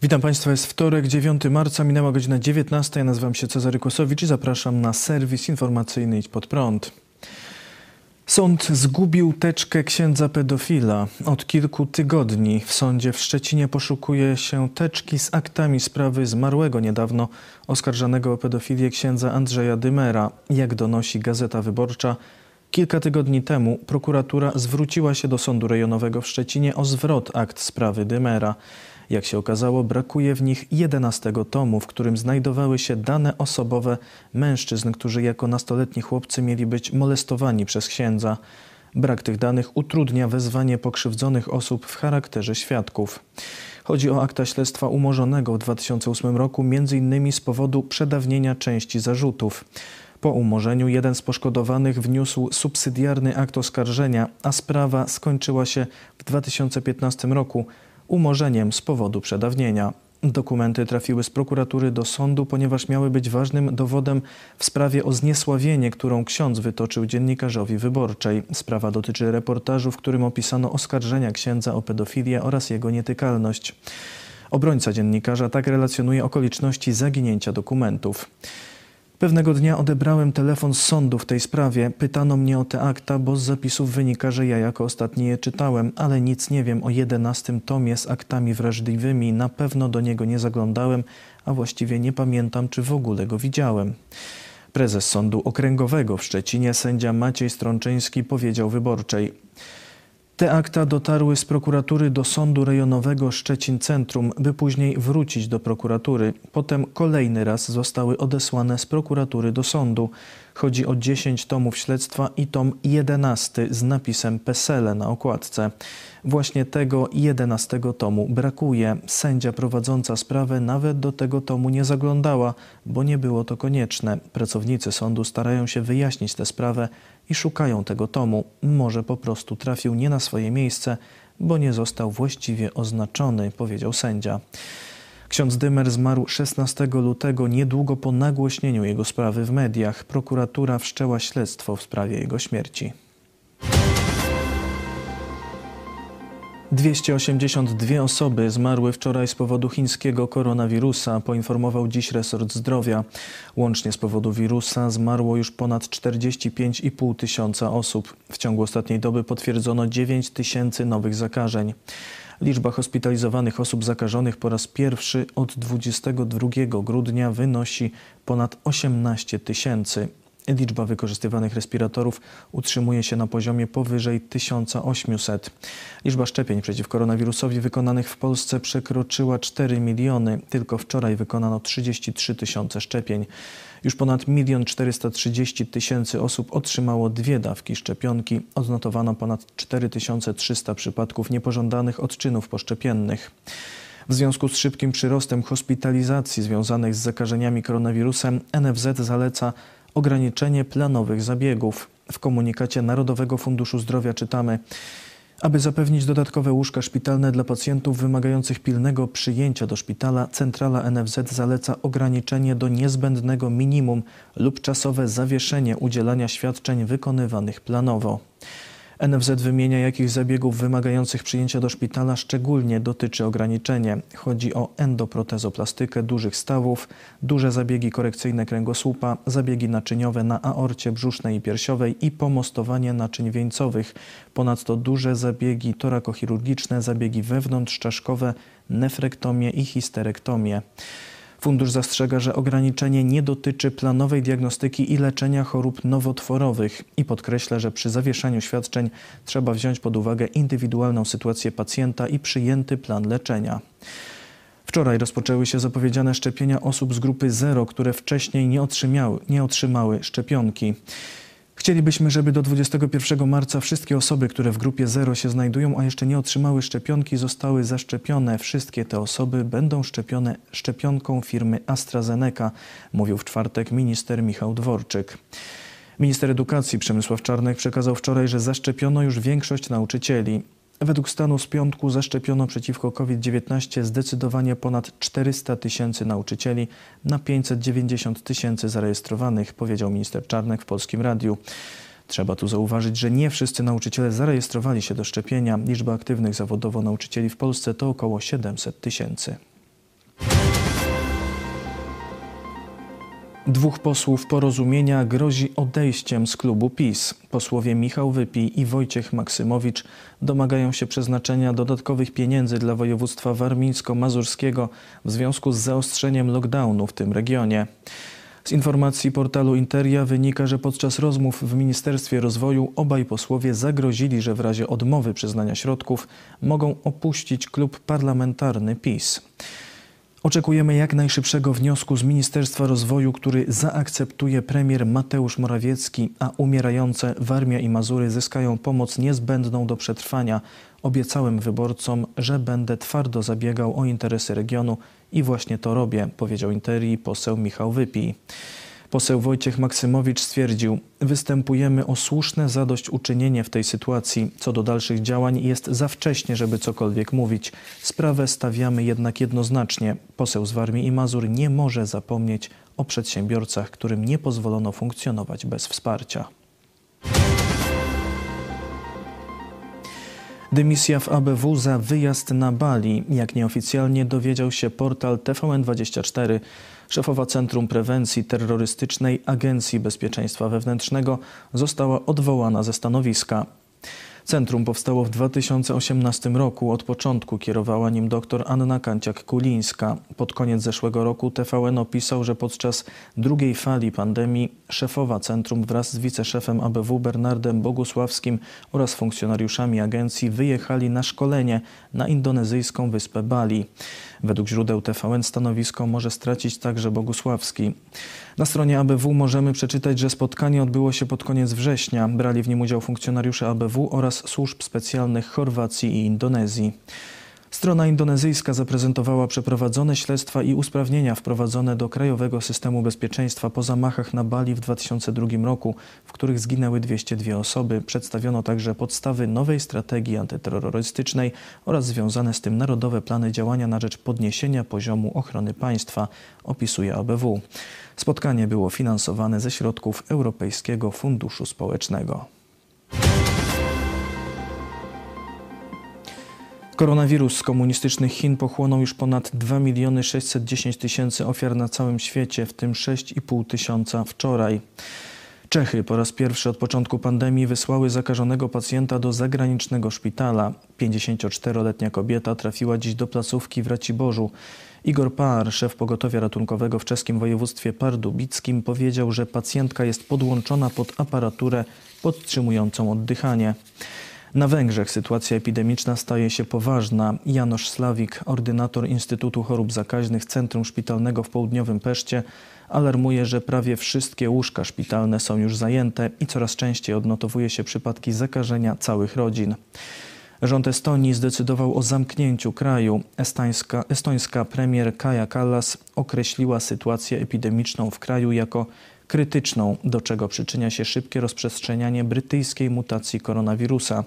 Witam Państwa, jest wtorek, 9 marca, minęła godzina 19. Ja nazywam się Cezary Kłosowicz i zapraszam na serwis informacyjny Idź Pod Prąd. Sąd zgubił teczkę księdza pedofila. Od kilku tygodni w sądzie w Szczecinie poszukuje się teczki z aktami sprawy zmarłego niedawno oskarżanego o pedofilię księdza Andrzeja Dymera. Jak donosi Gazeta Wyborcza, kilka tygodni temu prokuratura zwróciła się do Sądu Rejonowego w Szczecinie o zwrot akt sprawy Dymera. Jak się okazało, brakuje w nich 11 tomu, w którym znajdowały się dane osobowe mężczyzn, którzy jako nastoletni chłopcy mieli być molestowani przez księdza. Brak tych danych utrudnia wezwanie pokrzywdzonych osób w charakterze świadków. Chodzi o akta śledztwa umorzonego w 2008 roku, m.in. z powodu przedawnienia części zarzutów. Po umorzeniu jeden z poszkodowanych wniósł subsydiarny akt oskarżenia, a sprawa skończyła się w 2015 roku umorzeniem z powodu przedawnienia. Dokumenty trafiły z prokuratury do sądu, ponieważ miały być ważnym dowodem w sprawie o zniesławienie, którą ksiądz wytoczył dziennikarzowi Wyborczej. Sprawa dotyczy reportażu, w którym opisano oskarżenia księdza o pedofilię oraz jego nietykalność. Obrońca dziennikarza tak relacjonuje okoliczności zaginięcia dokumentów. Pewnego dnia odebrałem telefon z sądu w tej sprawie. Pytano mnie o te akta, bo z zapisów wynika, że ja jako ostatni je czytałem, ale nic nie wiem o 11 tomie z aktami wrażliwymi. Na pewno do niego nie zaglądałem, a właściwie nie pamiętam, czy w ogóle go widziałem. Prezes Sądu Okręgowego w Szczecinie, sędzia Maciej Strączyński, powiedział Wyborczej: te akta dotarły z prokuratury do Sądu Rejonowego Szczecin Centrum, by później wrócić do prokuratury. Potem kolejny raz zostały odesłane z prokuratury do sądu. Chodzi o 10 tomów śledztwa i tom 11 z napisem PESEL na okładce. Właśnie tego 11 tomu brakuje. Sędzia prowadząca sprawę nawet do tego tomu nie zaglądała, bo nie było to konieczne. Pracownicy sądu starają się wyjaśnić tę sprawę i szukają tego tomu. Może po prostu trafił nie na swoje miejsce, bo nie został właściwie oznaczony, powiedział sędzia. Ksiądz Dymer zmarł 16 lutego, niedługo po nagłośnieniu jego sprawy w mediach. Prokuratura wszczęła śledztwo w sprawie jego śmierci. 282 osoby zmarły wczoraj z powodu chińskiego koronawirusa, poinformował dziś resort zdrowia. Łącznie z powodu wirusa zmarło już ponad 45,5 tysiąca osób. W ciągu ostatniej doby potwierdzono 9 tysięcy nowych zakażeń. Liczba hospitalizowanych osób zakażonych po raz pierwszy od 22 grudnia wynosi ponad 18 tysięcy. Liczba wykorzystywanych respiratorów utrzymuje się na poziomie powyżej 1800. Liczba szczepień przeciw koronawirusowi wykonanych w Polsce przekroczyła 4 miliony. Tylko wczoraj wykonano 33 tysiące szczepień. Już ponad 1 430 000 osób otrzymało 2 dawki szczepionki. Odnotowano ponad 4300 przypadków niepożądanych odczynów poszczepiennych. W związku z szybkim przyrostem hospitalizacji związanych z zakażeniami koronawirusem NFZ zaleca ograniczenie planowych zabiegów. W komunikacie Narodowego Funduszu Zdrowia czytamy: aby zapewnić dodatkowe łóżka szpitalne dla pacjentów wymagających pilnego przyjęcia do szpitala, centrala NFZ zaleca ograniczenie do niezbędnego minimum lub czasowe zawieszenie udzielania świadczeń wykonywanych planowo. NFZ wymienia, jakich zabiegów wymagających przyjęcia do szpitala szczególnie dotyczy ograniczenie. Chodzi o endoprotezoplastykę dużych stawów, duże zabiegi korekcyjne kręgosłupa, zabiegi naczyniowe na aorcie brzusznej i piersiowej i pomostowanie naczyń wieńcowych. Ponadto duże zabiegi torakochirurgiczne, zabiegi wewnątrzczaszkowe, nefrektomię i histerektomię. Fundusz zastrzega, że ograniczenie nie dotyczy planowej diagnostyki i leczenia chorób nowotworowych i podkreśla, że przy zawieszaniu świadczeń trzeba wziąć pod uwagę indywidualną sytuację pacjenta i przyjęty plan leczenia. Wczoraj rozpoczęły się zapowiedziane szczepienia osób z grupy 0, które wcześniej nie otrzymały szczepionki. Chcielibyśmy, żeby do 21 marca wszystkie osoby, które w grupie 0 się znajdują, a jeszcze nie otrzymały szczepionki, zostały zaszczepione. Wszystkie te osoby będą szczepione szczepionką firmy AstraZeneca, mówił w czwartek minister Michał Dworczyk. Minister edukacji Przemysław Czarnek przekazał wczoraj, że zaszczepiono już większość nauczycieli. Według stanu z piątku zaszczepiono przeciwko COVID-19 zdecydowanie ponad 400 000 nauczycieli na 590 000 zarejestrowanych, powiedział minister Czarnek w Polskim Radiu. Trzeba tu zauważyć, że nie wszyscy nauczyciele zarejestrowali się do szczepienia. Liczba aktywnych zawodowo nauczycieli w Polsce to około 700 000. Dwóch posłów Porozumienia grozi odejściem z klubu PiS. Posłowie Michał Wypij i Wojciech Maksymowicz domagają się przeznaczenia dodatkowych pieniędzy dla województwa warmińsko-mazurskiego w związku z zaostrzeniem lockdownu w tym regionie. Z informacji portalu Interia wynika, że podczas rozmów w Ministerstwie Rozwoju obaj posłowie zagrozili, że w razie odmowy przyznania środków mogą opuścić klub parlamentarny PiS. Oczekujemy jak najszybszego wniosku z Ministerstwa Rozwoju, który zaakceptuje premier Mateusz Morawiecki, a umierające Warmia i Mazury zyskają pomoc niezbędną do przetrwania. Obiecałem wyborcom, że będę twardo zabiegał o interesy regionu i właśnie to robię, powiedział Interii poseł Michał Wypij. Poseł Wojciech Maksymowicz stwierdził: występujemy o słuszne zadośćuczynienie w tej sytuacji. Co do dalszych działań jest za wcześnie, żeby cokolwiek mówić. Sprawę stawiamy jednak jednoznacznie. Poseł z Warmii i Mazur nie może zapomnieć o przedsiębiorcach, którym nie pozwolono funkcjonować bez wsparcia. Dymisja w ABW za wyjazd na Bali. Jak nieoficjalnie dowiedział się portal TVN24, szefowa Centrum Prewencji Terrorystycznej Agencji Bezpieczeństwa Wewnętrznego została odwołana ze stanowiska. Centrum powstało w 2018 roku. Od początku kierowała nim dr Anna Kanciak-Kulińska. Pod koniec zeszłego roku TVN opisał, że podczas drugiej fali pandemii szefowa centrum wraz z wiceszefem ABW Bernardem Bogusławskim oraz funkcjonariuszami agencji wyjechali na szkolenie na indonezyjską wyspę Bali. Według źródeł TVN stanowisko może stracić także Bogusławski. Na stronie ABW możemy przeczytać, że spotkanie odbyło się pod koniec września. Brali w nim udział funkcjonariusze ABW oraz służb specjalnych Chorwacji i Indonezji. Strona indonezyjska zaprezentowała przeprowadzone śledztwa i usprawnienia wprowadzone do krajowego systemu bezpieczeństwa po zamachach na Bali w 2002 roku, w których zginęły 202 osoby. Przedstawiono także podstawy nowej strategii antyterrorystycznej oraz związane z tym narodowe plany działania na rzecz podniesienia poziomu ochrony państwa, opisuje ABW. Spotkanie było finansowane ze środków Europejskiego Funduszu Społecznego. Koronawirus z komunistycznych Chin pochłonął już ponad 2 610 000 ofiar na całym świecie, w tym 6,5 tysiąca wczoraj. Czechy po raz pierwszy od początku pandemii wysłały zakażonego pacjenta do zagranicznego szpitala. 54-letnia kobieta trafiła dziś do placówki w Raciborzu. Igor Paar, szef pogotowia ratunkowego w czeskim województwie pardubickim, powiedział, że pacjentka jest podłączona pod aparaturę podtrzymującą oddychanie. Na Węgrzech sytuacja epidemiczna staje się poważna. Janosz Slawik, ordynator Instytutu Chorób Zakaźnych Centrum Szpitalnego w Południowym Peszcie, alarmuje, że prawie wszystkie łóżka szpitalne są już zajęte i coraz częściej odnotowuje się przypadki zakażenia całych rodzin. Rząd Estonii zdecydował o zamknięciu kraju. Estońska premier Kaja Kallas określiła sytuację epidemiczną w kraju jako krytyczną, do czego przyczynia się szybkie rozprzestrzenianie brytyjskiej mutacji koronawirusa.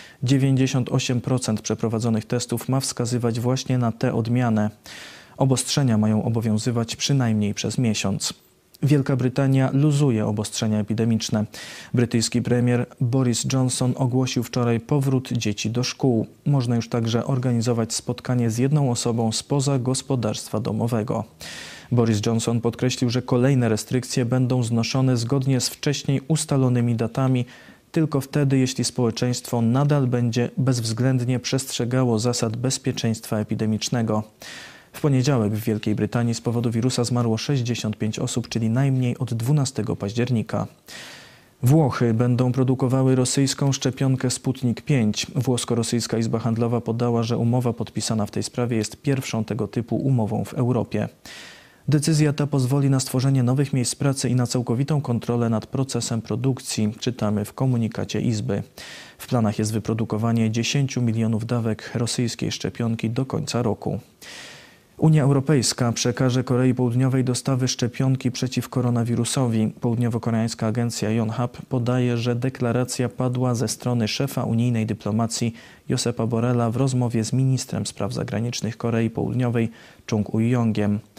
98% przeprowadzonych testów ma wskazywać właśnie na tę odmianę. Obostrzenia mają obowiązywać przynajmniej przez miesiąc. Wielka Brytania luzuje obostrzenia epidemiczne. Brytyjski premier Boris Johnson ogłosił wczoraj powrót dzieci do szkół. Można już także organizować spotkanie z jedną osobą spoza gospodarstwa domowego. Boris Johnson podkreślił, że kolejne restrykcje będą znoszone zgodnie z wcześniej ustalonymi datami, tylko wtedy, jeśli społeczeństwo nadal będzie bezwzględnie przestrzegało zasad bezpieczeństwa epidemicznego. W poniedziałek w Wielkiej Brytanii z powodu wirusa zmarło 65 osób, czyli najmniej od 12 października. Włochy będą produkowały rosyjską szczepionkę Sputnik 5. Włosko-rosyjska Izba Handlowa podała, że umowa podpisana w tej sprawie jest pierwszą tego typu umową w Europie. Decyzja ta pozwoli na stworzenie nowych miejsc pracy i na całkowitą kontrolę nad procesem produkcji, czytamy w komunikacie Izby. W planach jest wyprodukowanie 10 milionów dawek rosyjskiej szczepionki do końca roku. Unia Europejska przekaże Korei Południowej dostawy szczepionki przeciw koronawirusowi. Południowo-koreańska agencja Yonhap podaje, że deklaracja padła ze strony szefa unijnej dyplomacji Josepa Borrella w rozmowie z ministrem spraw zagranicznych Korei Południowej Chung Eui-yongiem.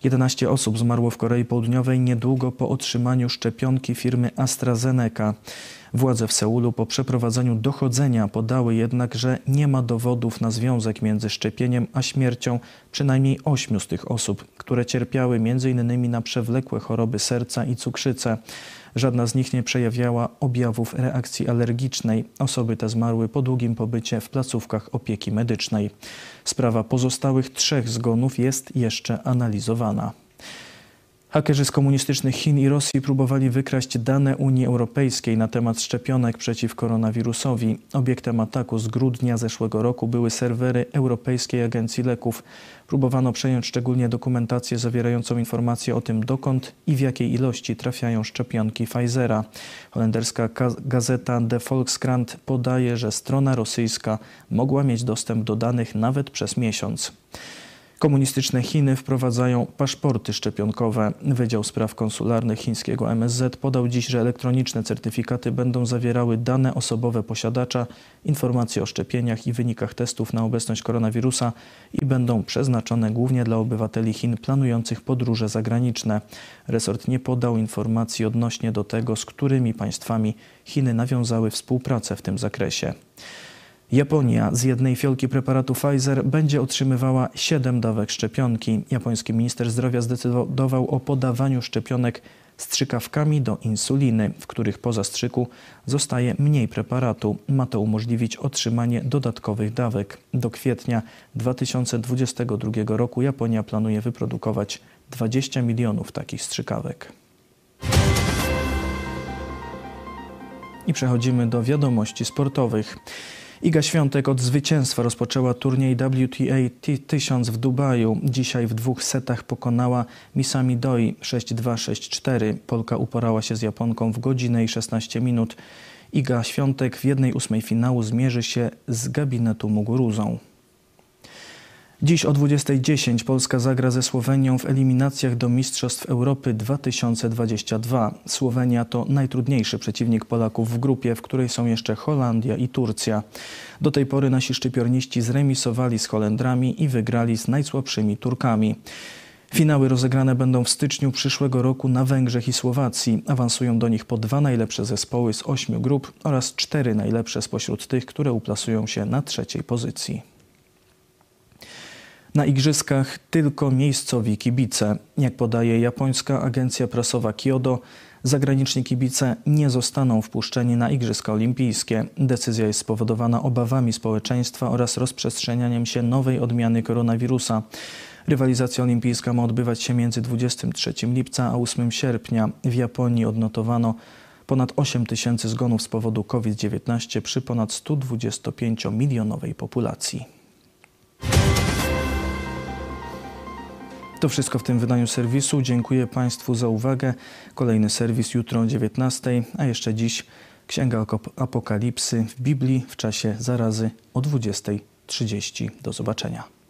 11 osób zmarło w Korei Południowej niedługo po otrzymaniu szczepionki firmy AstraZeneca. Władze w Seulu po przeprowadzeniu dochodzenia podały jednak, że nie ma dowodów na związek między szczepieniem a śmiercią przynajmniej 8 z tych osób, które cierpiały m.in. na przewlekłe choroby serca i cukrzycę. Żadna z nich nie przejawiała objawów reakcji alergicznej. Osoby te zmarły po długim pobycie w placówkach opieki medycznej. Sprawa pozostałych 3 zgonów jest jeszcze analizowana. Hakerzy z komunistycznych Chin i Rosji próbowali wykraść dane Unii Europejskiej na temat szczepionek przeciw koronawirusowi. Obiektem ataku z grudnia zeszłego roku były serwery Europejskiej Agencji Leków. Próbowano przejąć szczególnie dokumentację zawierającą informacje o tym, dokąd i w jakiej ilości trafiają szczepionki Pfizera. Holenderska gazeta De Volkskrant podaje, że strona rosyjska mogła mieć dostęp do danych nawet przez miesiąc. Komunistyczne Chiny wprowadzają paszporty szczepionkowe. Wydział Spraw Konsularnych chińskiego MSZ podał dziś, że elektroniczne certyfikaty będą zawierały dane osobowe posiadacza, informacje o szczepieniach i wynikach testów na obecność koronawirusa i będą przeznaczone głównie dla obywateli Chin planujących podróże zagraniczne. Resort nie podał informacji odnośnie do tego, z którymi państwami Chiny nawiązały współpracę w tym zakresie. Japonia z jednej fiolki preparatu Pfizer będzie otrzymywała 7 dawek szczepionki. Japoński minister zdrowia zdecydował o podawaniu szczepionek strzykawkami do insuliny, w których po zastrzyku zostaje mniej preparatu. Ma to umożliwić otrzymanie dodatkowych dawek. Do kwietnia 2022 roku Japonia planuje wyprodukować 20 milionów takich strzykawek. I przechodzimy do wiadomości sportowych. Iga Świątek od zwycięstwa rozpoczęła turniej WTA 1000 w Dubaju. Dzisiaj w 2 setach pokonała Misami Doi 6-2, 6-4. Polka uporała się z Japonką w godzinę i 16 minut. Iga Świątek w 1/8 finału zmierzy się z Gabinetu Muguruzą. Dziś o 20:10 Polska zagra ze Słowenią w eliminacjach do Mistrzostw Europy 2022. Słowenia to najtrudniejszy przeciwnik Polaków w grupie, w której są jeszcze Holandia i Turcja. Do tej pory nasi szczypiorniści zremisowali z Holendrami i wygrali z najsłabszymi Turkami. Finały rozegrane będą w styczniu przyszłego roku na Węgrzech i Słowacji. Awansują do nich po 2 najlepsze zespoły z 8 grup oraz 4 najlepsze spośród tych, które uplasują się na 3. pozycji. Na igrzyskach tylko miejscowi kibice. Jak podaje japońska agencja prasowa Kyodo, zagraniczni kibice nie zostaną wpuszczeni na Igrzyska Olimpijskie. Decyzja jest spowodowana obawami społeczeństwa oraz rozprzestrzenianiem się nowej odmiany koronawirusa. Rywalizacja olimpijska ma odbywać się między 23 lipca a 8 sierpnia. W Japonii odnotowano ponad 8 000 zgonów z powodu COVID-19 przy ponad 125-milionowej populacji. To wszystko w tym wydaniu serwisu. Dziękuję Państwu za uwagę. Kolejny serwis jutro o 19:00, a jeszcze dziś Księga Apokalipsy w Biblii w czasie zarazy o 20:30. Do zobaczenia.